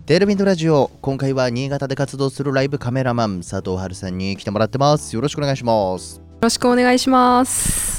テールビンドラジオ、今回は新潟で活動するライブカメラマン佐藤春さんに来てもらってます。よろしくお願いします。 よろしくお願いします。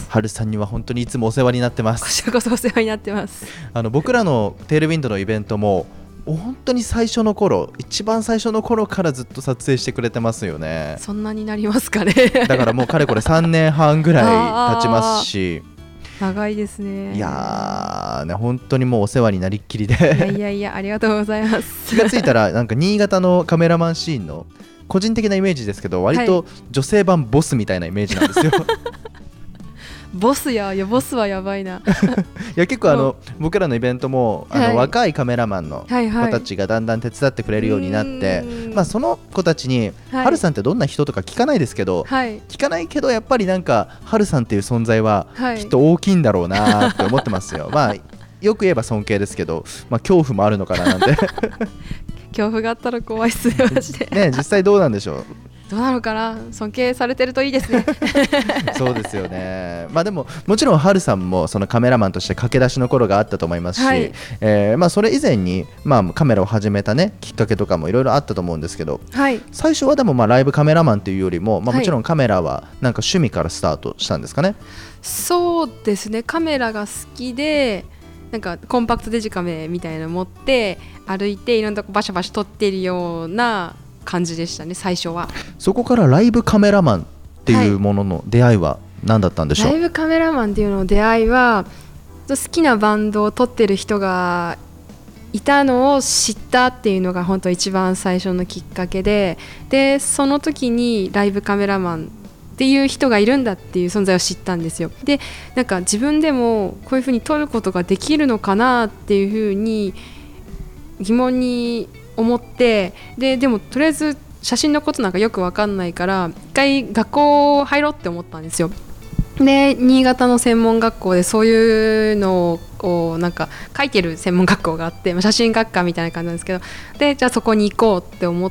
春さんには本当にいつもお世話になってます。 こちらこそお世話になってます。 僕らのテールビンドのイベントも本当に最初の頃、一番最初の頃からずっと撮影してくれてますよね。 そんなになりますかね。 だからもうかれこれ3年半ぐらい経ちますし長いですね。 いやーね、本当にもうお世話になりっきりでいやありがとうございます。 気がついたらなんか新潟のカメラマンシーンの個人的なイメージですけど、割と女性版ボスみたいなイメージなんですよ。 ボスボスはやばいな。いや結構僕らのイベントも若いカメラマンの子たちがだんだん手伝ってくれるようになって、その子たちにハルさんってどんな人とか聞かないですけど、聞かないけどやっぱりなんかハルさんっていう存在はきっと大きいんだろうなって思ってますよ。よく言えば尊敬ですけど、恐怖もあるのかななんて。 恐怖があったら怖いっすよマジで。 ね、実際どうなんでしょう。 どうなのかな。尊敬されてるといいですね。 そうですよね。でももちろんハルさんもそのカメラマンとして駆け出しの頃があったと思いますし、それ以前にカメラを始めたねきっかけとかもいろいろあったと思うんですけど、最初はでもライブカメラマンというよりも、もちろんカメラはなんか趣味からスタートしたんですかね。 そうですね。カメラが好きで、なんかコンパクトデジカメみたいなの持って歩いていろんなとこバシャバシャ撮ってるような感じでしたね、最初は。 そこからライブカメラマンっていうものの出会いは何だったんでしょう。 ライブカメラマンっていうのの出会いは、好きなバンドを撮ってる人がいたのを知ったっていうのが本当一番最初のきっかけで、その時にライブカメラマンっていう人がいるんだっていう存在を知ったんですよ。で、なんか自分でもこういう風に撮ることができるのかなっていう風に疑問に思って、でもとりあえず写真のことなんかよく分かんないから一回学校入ろうって思ったんですよ。で、新潟の専門学校でそういうのをなんか書いてる専門学校があって、写真学科みたいな感じなんですけど、でじゃあそこに行こうって思って、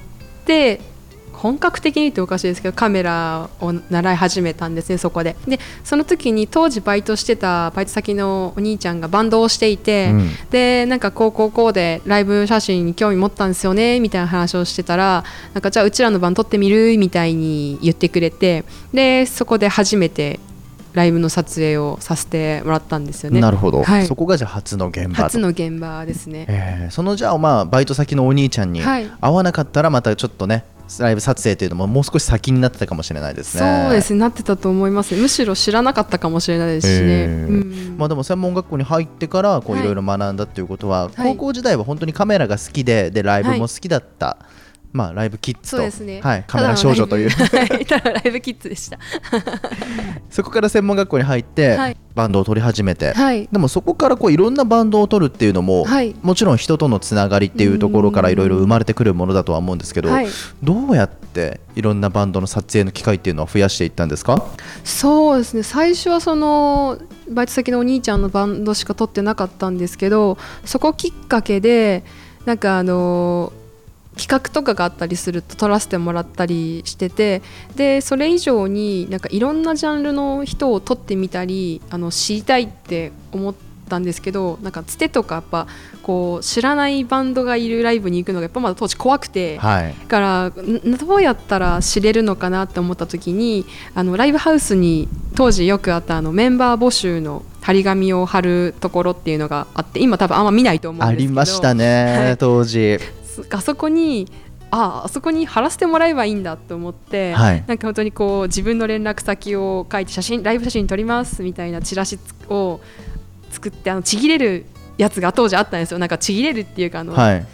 本格的に言っておかしいですけどカメラを習い始めたんですね、そこで。でその時に当時バイトしてたバイト先のお兄ちゃんがバンドをしていて、でなんかこうでライブ写真に興味持ったんですよねみたいな話をしてたら、なんかじゃあうちらの番撮ってみるみたいに言ってくれて、でそこで初めてライブの撮影をさせてもらったんですよね。 なるほど、そこがじゃあ初の現場ですね。 そのじゃあバイト先のお兄ちゃんに会わなかったらまたちょっっとねライブ撮影というのももう少し先になってたかもしれないですね。 そうですね、なってたと思います。むしろ知らなかったかもしれないですしね。 でも専門学校に入ってからいろいろ学んだということは、高校時代は本当にカメラが好きで、ライブも好きだった、ライブキッズと、 そうですね、 カメラ少女というただライブキッズでした。 そこから専門学校に入って、バンドを撮り始めて、でもそこからいろんなバンドを撮るっていうのも、もちろん人とのつながりっていうところからいろいろ生まれてくるものだとは思うんですけど、どうやっていろんなバンドの撮影の機会っていうのは増やしていったんですか。そうですね、 最初はそのバイト先のお兄ちゃんのバンドしか撮ってなかったんですけど、そこきっかけでなんか企画とかがあったりすると撮らせてもらったりしてて、でそれ以上になんかいろんなジャンルの人を撮ってみたり知りたいって思ったんですけど、なんかつてとかやっぱ知らないバンドがいるライブに行くのがやっぱまだ当時怖くて、からどうやったら知れるのかなって思った時にライブハウスに当時よくあったメンバー募集の張り紙を貼るところっていうのがあって、今多分あんま見ないと思うんですけど、 ありましたね、当時。 あそこに貼らせてもらえばいいんだと思って、なんか本当に自分の連絡先を書いてライブ写真撮りますみたいなチラシを作って、ちぎれるやつが当時あったんですよ。なんかちぎれるっていうか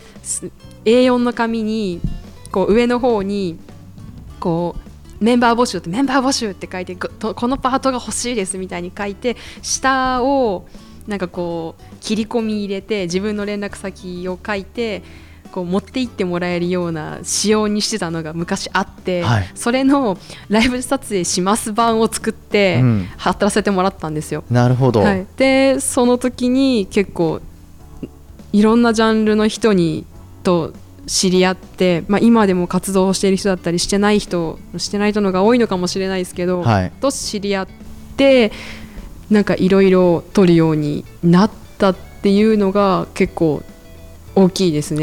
A4 の紙に上の方にメンバー募集って書いて、このパートが欲しいですみたいに書いて、下をなんか切り込み入れて自分の連絡先を書いて持って行ってもらえるような仕様にしてたのが昔あって、それのライブ撮影します版を作って貼らせてもらったんですよ。 なるほど、 でその時に結構いろんなジャンルの人と知り合って、今でも活動をしている人だったりしてない人のが多いのかもしれないですけど、と知り合ってなんかいろいろ撮るようになったっていうのが結構大きいですね。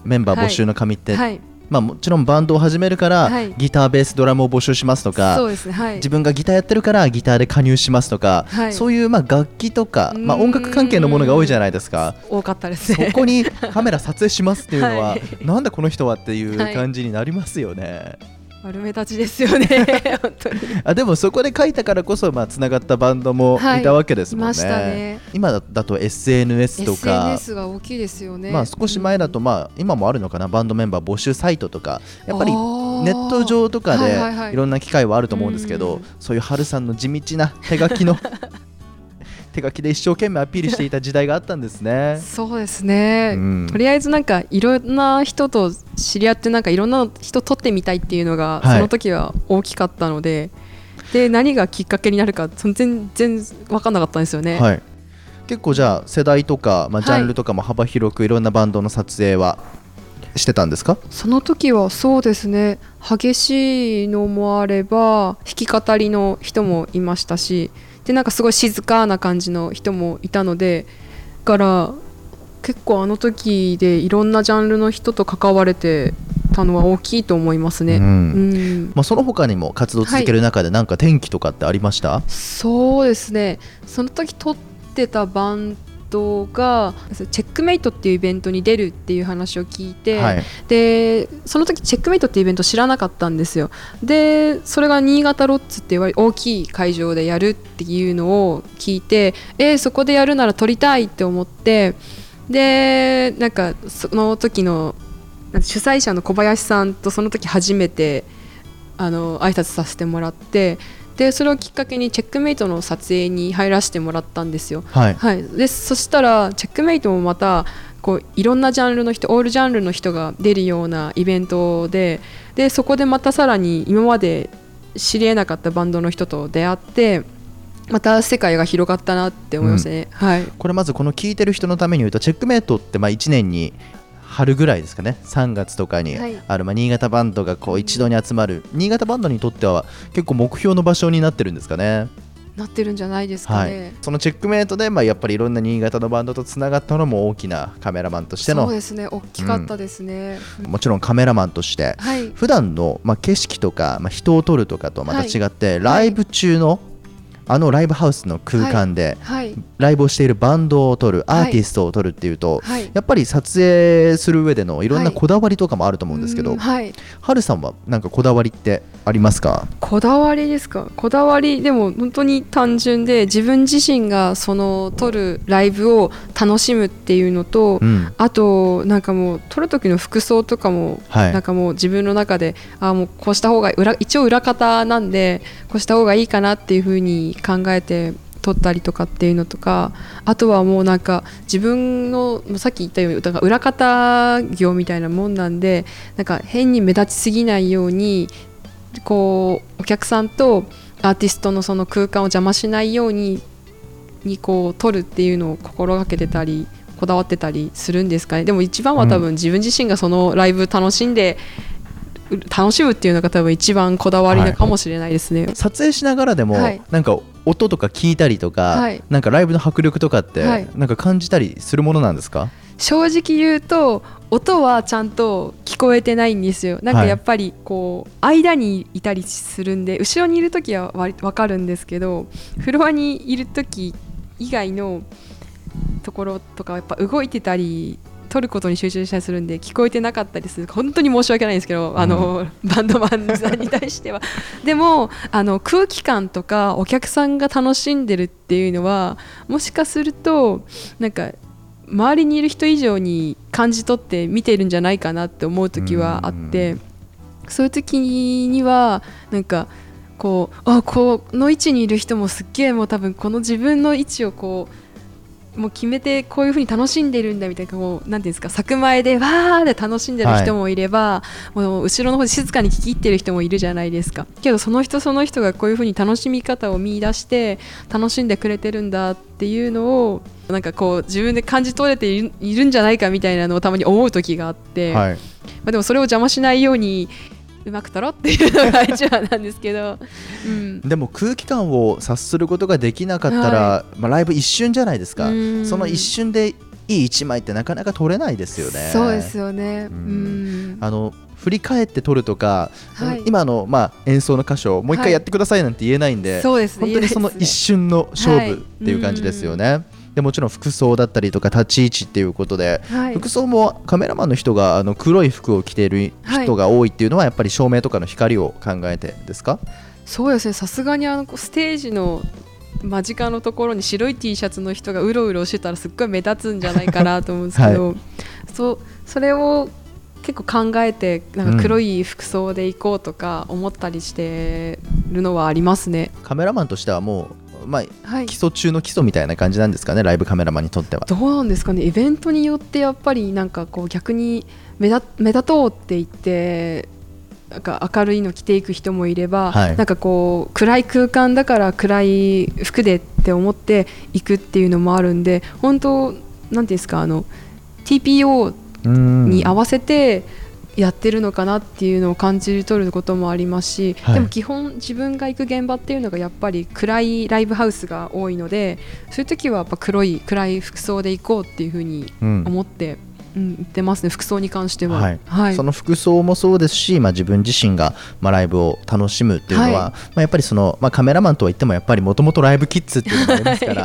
メンバー募集の紙って、 はい、 まあ、もちろんバンドを始めるから、はい、ギターベースドラムを募集しますとか、 そうですね、はい、 自分がギターやってるからギターで加入しますとか、はい、そういうまあ楽器とか、まあ、音楽関係のものが多いじゃないですか。 多かったですね。 そこにカメラ撮影しますっていうのは、はい、なんだこの人はっていう感じになりますよね。 悪目立ちですよね本当に。 でもそこで書いたからこそつながったバンドもいたわけですもんね。 はい、いましたね。 今だと SNS とか SNS が大きいですよね。 少し前だと、今もあるのかな、バンドメンバー募集サイトとかやっぱりネット上とかでいろんな機会はあると思うんですけど、そういうハルさんの地道な手書きの手書きで一生懸命アピールしていた時代があったんですね。 そうですね、とりあえずいろんな人と知り合っていろんな人撮ってみたいっていうのが、その時は大きかったので、で何がきっかけになるか全然分かんなかったんですよね。 はい、結構じゃあ世代とか、ジャンルとかも幅広くいろんなバンドの撮影はしてたんですか？ その時はそうですね、激しいのもあれば弾き語りの人もいましたし、ですごい静かな感じの人もいたので、だから結構あの時でいろんなジャンルの人と関われてたのは大きいと思いますね。 その他にも活動を続ける中で何か転機とかってありました？ そうですね、その時撮ってたバンドがチェックメイトっていうイベントに出るっていう話を聞いて、はい、でその時チェックメイトっていうイベント知らなかったんですよ。でそれが新潟ロッツって大きい会場でやるっていうのを聞いて、そこでやるなら撮りたいって思って、でその時の主催者の小林さんとその時初めて挨拶させてもらって、でそれをきっかけにチェックメイトの撮影に入らせてもらったんですよ。はいはい、でそしたらチェックメイトもまたいろんなジャンルの人、オールジャンルの人が出るようなイベントで、そこでまたさらに今まで知り得なかったバンドの人と出会って、また世界が広がったなって思いますね。はい、 これまずこの聞いてる人のために言うと、チェックメイトって1年に春ぐらいですかね、3月とかにある、新潟バンドが一度に集まる、新潟バンドにとっては結構目標の場所になってるんですかね。 なってるんじゃないですかね。はい、 そのチェックメイトで、やっぱりいろんな新潟のバンドとつながったのも大きなカメラマンとしての、 そうですね、大きかったですね。 もちろんカメラマンとして、普段の景色とか、人を撮るとかとまた違って、ライブ中のライブハウスの空間でライブをしているバンドを撮る、アーティストを撮るっていうと、やっぱり撮影する上でのいろんなこだわりとかもあると思うんですけど、はるさんはなんかこだわりってありますか？ こだわりですか？こだわりでも本当に単純で、自分自身がその撮るライブを楽しむっていうのと、あともう撮る時の服装とかも、もう自分の中でもうこうした方が一応裏方なんでこうした方がいいかなっていう風に考えて撮ったりとかっていうのとか、あとはもう自分のさっき言ったように裏方業みたいなもんなんで、変に目立ちすぎないようにお客さんとアーティストのその空間を邪魔しないように撮るっていうのを心がけてたりこだわってたりするんですかね。でも一番は多分自分自身がそのライブ楽しむっていうのが多分一番こだわりなかもしれないですね。 撮影しながらでも、音とか聞いたりとか、ライブの迫力とかって、感じたりするものなんですか？ 正直言うと音はちゃんと聞こえてないんですよ。やっぱり間にいたりするんで、後ろにいるときは分かるんですけど、フロアにいるとき以外のところとかやっぱ動いてたり撮ることに集中したりするんで聞こえてなかったりする、本当に申し訳ないんですけど、バンドマンさんに対してはでも空気感とかお客さんが楽しんでるっていうのはもしかすると周りにいる人以上に感じ取って見てるんじゃないかなって思う時はあって、そういう時にはこの位置にいる人もすっげえもう多分この自分の位置をもう決めてこういう風に楽しんでるんだみたいな、なんていうんですか、柵前でわーで楽しんでる人もいれば、もう後ろの方で静かに聞き入ってる人もいるじゃないですか。けどその人その人がこういう風に楽しみ方を見出して楽しんでくれてるんだっていうのを自分で感じ取れているんじゃないかみたいなのをたまに思う時があって、でもそれを邪魔しないようにうまく撮ろうっていうのが一番なんですけど、 でも空気感を察することができなかったら、ライブ一瞬じゃないですか。その一瞬でいい一枚ってなかなか撮れないですよね。 そうですよね。 振り返って撮るとか、今の、演奏の箇所をもう一回やってくださいなんて言えないんで、本当にその一瞬の勝負っていう感じですよね。でもちろん服装だったりとか立ち位置っていうことで、服装もカメラマンの人が黒い服を着ている人が多いっていうのはやっぱり照明とかの光を考えてですか？ そうですね、さすがにステージの間近のところに白い T シャツの人がうろうろしてたらすっごい目立つんじゃないかなと思うんですけど、それを結構考えてなんか黒い服装で行こうとか思ったりしてるのはありますね。 カメラマンとしてはもう、基礎中の基礎みたいな感じなんですかね、ライブカメラマンにとっては。 どうなんですかね、イベントによってやっぱりなんかこう逆に目立とうって言ってなんか明るいの着ていく人もいれば、なんかこう暗い空間だから暗い服でって思っていくっていうのもあるんで、本当なんていうんですか、TPO に合わせてやってるのかなっていうのを感じ取ることもありますし、でも基本自分が行く現場っていうのがやっぱり暗いライブハウスが多いので、そういう時はやっぱ暗い服装で行こうっていうふうに思って、言ってますね、服装に関しては。 その服装もそうですし、自分自身が、ライブを楽しむっていうのは、やっぱりその、カメラマンとはいってもやっぱりもともとライブキッズっていうのがありますから、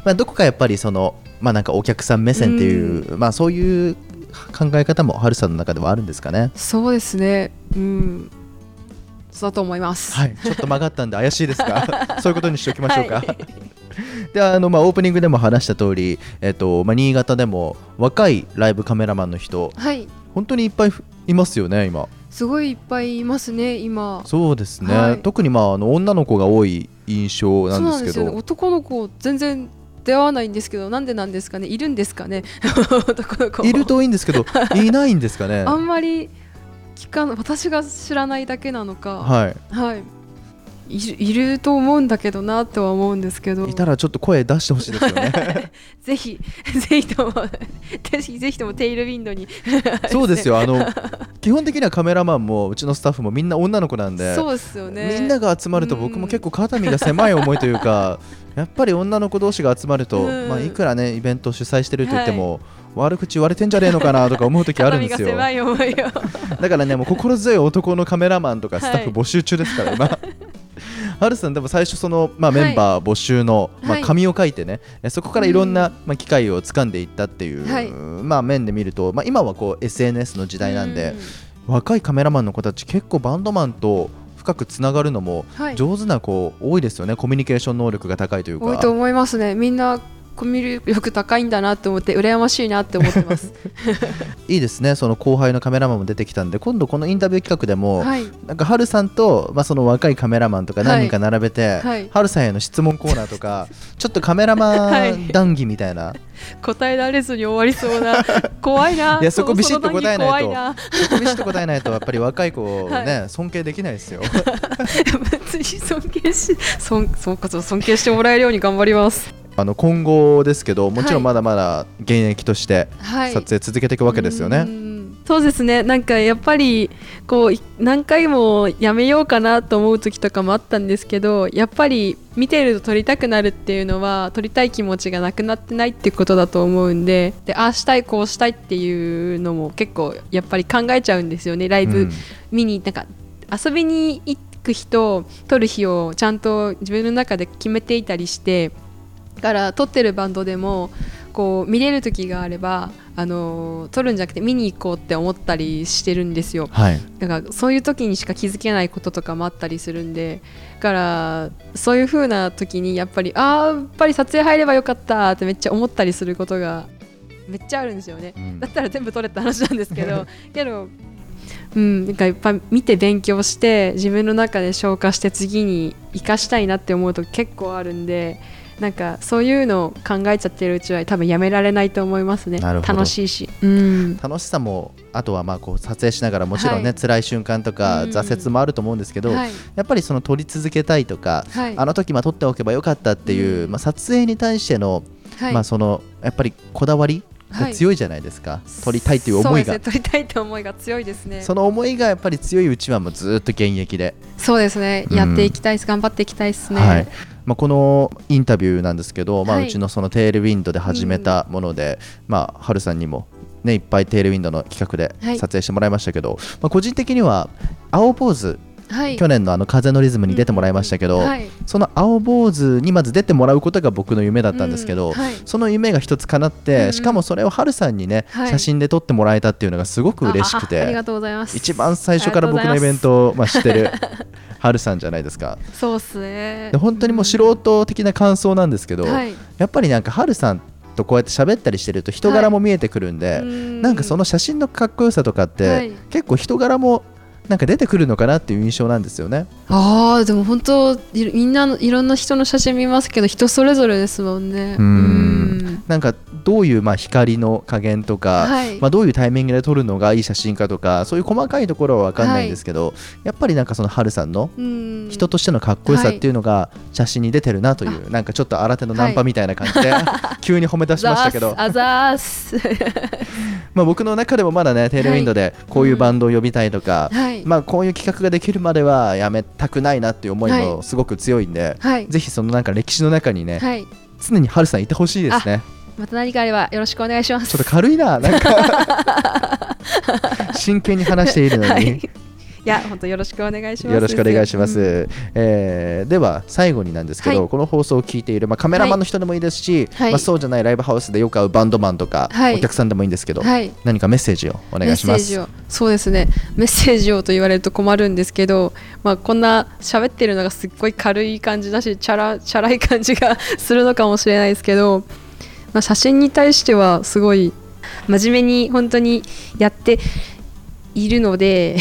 どこかやっぱりその、なんかお客さん目線っていう、そういう考え方もハルさんの中ではあるんですかね。 そうですね、そうだと思います。 ちょっと曲がったんで怪しいですがそういうことにしておきましょうか。でオープニングでも話した通り、新潟でも若いライブカメラマンの人、本当にいっぱいいますよね。今すごいいっぱいいますね。今そうですね、特に女の子が多い印象なんですけど。 そうなんですよね、男の子全然出会わないんですけど、なんでなんですかね、いるんですかね男の子いるといいんですけどいないんですかね。 あんまり私が知らないだけなのか、いると思うんだけどなとは思うんですけど、 いたらちょっと声出してほしいですよねぜひともテイルウィンドにそうですよ、基本的にはカメラマンもうちのスタッフもみんな女の子なんで、 そうですよね、 みんなが集まると僕も結構肩身が狭い思いというかやっぱり女の子同士が集まると、いくらねイベント主催してると言っても、悪口言われてんじゃねえのかなとか思う時あるんですよ。 肩身が狭い思いをだからね、もう心強い男のカメラマンとかスタッフ募集中ですから、今ハルさんでも最初その、メンバー募集の、紙を書いてね、そこからいろんな、機会を掴んでいったっていう、面で見ると、今はこう SNS の時代なんで、若いカメラマンの子たち結構バンドマンと深くつながるのも上手な子多いですよね。コミュニケーション能力が高いというか。 多いと思いますね。みんなコミュ力高いんだなと思って羨ましいなって思ってますいいですね。その後輩のカメラマンも出てきたんで、今度このインタビュー企画でも、なんかハルさんと、その若いカメラマンとか何人か並べて、ハルさんへの質問コーナーとかちょっとカメラマン談義みたいな、 答えられずに終わりそうな怖いな。 いや、そこビシッと答えないとそこビシッと答えないとやっぱり若い子をね、尊敬できないですよ別に尊敬してもらえるように頑張ります。 今後ですけど、もちろんまだまだ現役として撮影続けていくわけですよね。 そうですね、なんかやっぱりこう何回もやめようかなと思う時とかもあったんですけど、やっぱり見てると撮りたくなるっていうのは撮りたい気持ちがなくなってないっていうことだと思うんで、ああしたいこうしたいっていうのも結構やっぱり考えちゃうんですよね。ライブ見になんか遊びに行く日と撮る日をちゃんと自分の中で決めていたりして、だから撮ってるバンドでもこう見れる時があれば撮るんじゃなくて見に行こうって思ったりしてるんですよ。だからそういう時にしか気づけないこととかもあったりするんで、だからそういう風な時にやっぱりやっぱり撮影入ればよかったってめっちゃ思ったりすることがめっちゃあるんですよね。だったら全部撮れって話なんですけどなんかやっぱ見て勉強して自分の中で消化して次に生かしたいなって思うと結構あるんで、なんかそういうのを考えちゃってるうちは多分やめられないと思いますね。楽しいし、 楽しさも、あとはこう撮影しながらもちろんね、辛い瞬間とか挫折もあると思うんですけど、やっぱりその撮り続けたいとか、あの時撮っておけばよかったっていう、撮影に対しての、そのやっぱりこだわり強いじゃないですか、撮りたいという思いが。 そうですね、撮りたいという思いが強いですね。 その思いがやっぱり強いうちはもうずっと現役で。 そうですね、やっていきたいです、頑張っていきたいですね。 はい、このインタビューなんですけど、うちのそのテールウィンドで始めたもので、ハルさんにもね、いっぱいテールウィンドの企画で撮影してもらいましたけど、個人的には青坊主、去年の風のリズムに出てもらいましたけど、その青坊主にまず出てもらうことが僕の夢だったんですけど、その夢が一つ叶って、しかもそれをハルさんにね、写真で撮ってもらえたっていうのがすごく嬉しくて、 ありがとうございます。 一番最初から僕のイベントを知ってるハルさんじゃないですか。 そうっすね。 で本当にもう素人的な感想なんですけど、やっぱりなんかハルさんとこうやって喋ったりしてると人柄も見えてくるんで、なんかその写真のかっこよさとかって、結構人柄もなんか出てくるのかなっていう印象なんですよね。 でも本当みんないろんな人の写真見ますけど、人それぞれですもんね。 なんかどういう光の加減とか、どういうタイミングで撮るのがいい写真かとか、そういう細かいところは分かんないんですけど、やっぱりなんかそのハルさんの人としてのかっこよさっていうのが写真に出てるなという、なんかちょっと新手のナンパみたいな感じで急に褒め出しましたけど僕の中でもまだね、テールウィンドでこういうバンドを呼びたいとか、こういう企画ができるまではやめたくないなっていう思いもすごく強いんで、ぜひそのなんか歴史の中にね、常にハルさんいてほしいですね。 また何かあればよろしくお願いします。 ちょっと軽いな、なんか真剣に話しているのに、 いや本当よろしくお願いします。 よろしくお願いします。では最後になんですけど、この放送を聞いている、カメラマンの人でもいいですし、そうじゃないライブハウスでよく会うバンドマンとか、お客さんでもいいんですけど、何かメッセージをお願いします。 そうですね、メッセージをと言われると困るんですけど、こんな喋ってるのがすっごい軽い感じだし、チャラい感じがするのかもしれないですけど、写真に対してはすごい真面目に本当にやっているので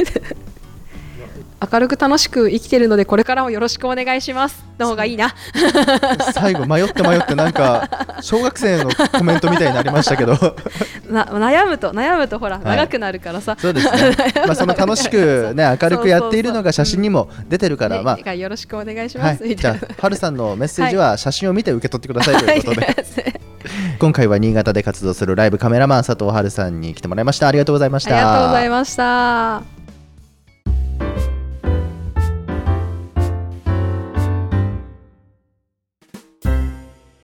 明るく楽しく生きてるので、これからもよろしくお願いしますの方がいいな最後迷ってなんか小学生のコメントみたいになりましたけど悩むとほら、長くなるからさ。 そうですねその楽しくね、明るくやっているのが写真にも出てるから、 よろしくお願いします。 じゃあハルさんのメッセージは写真を見て受け取ってくださいということで今回は新潟で活動するライブカメラマン佐藤ハルさんに来てもらいました。ありがとうございました。 ありがとうございました。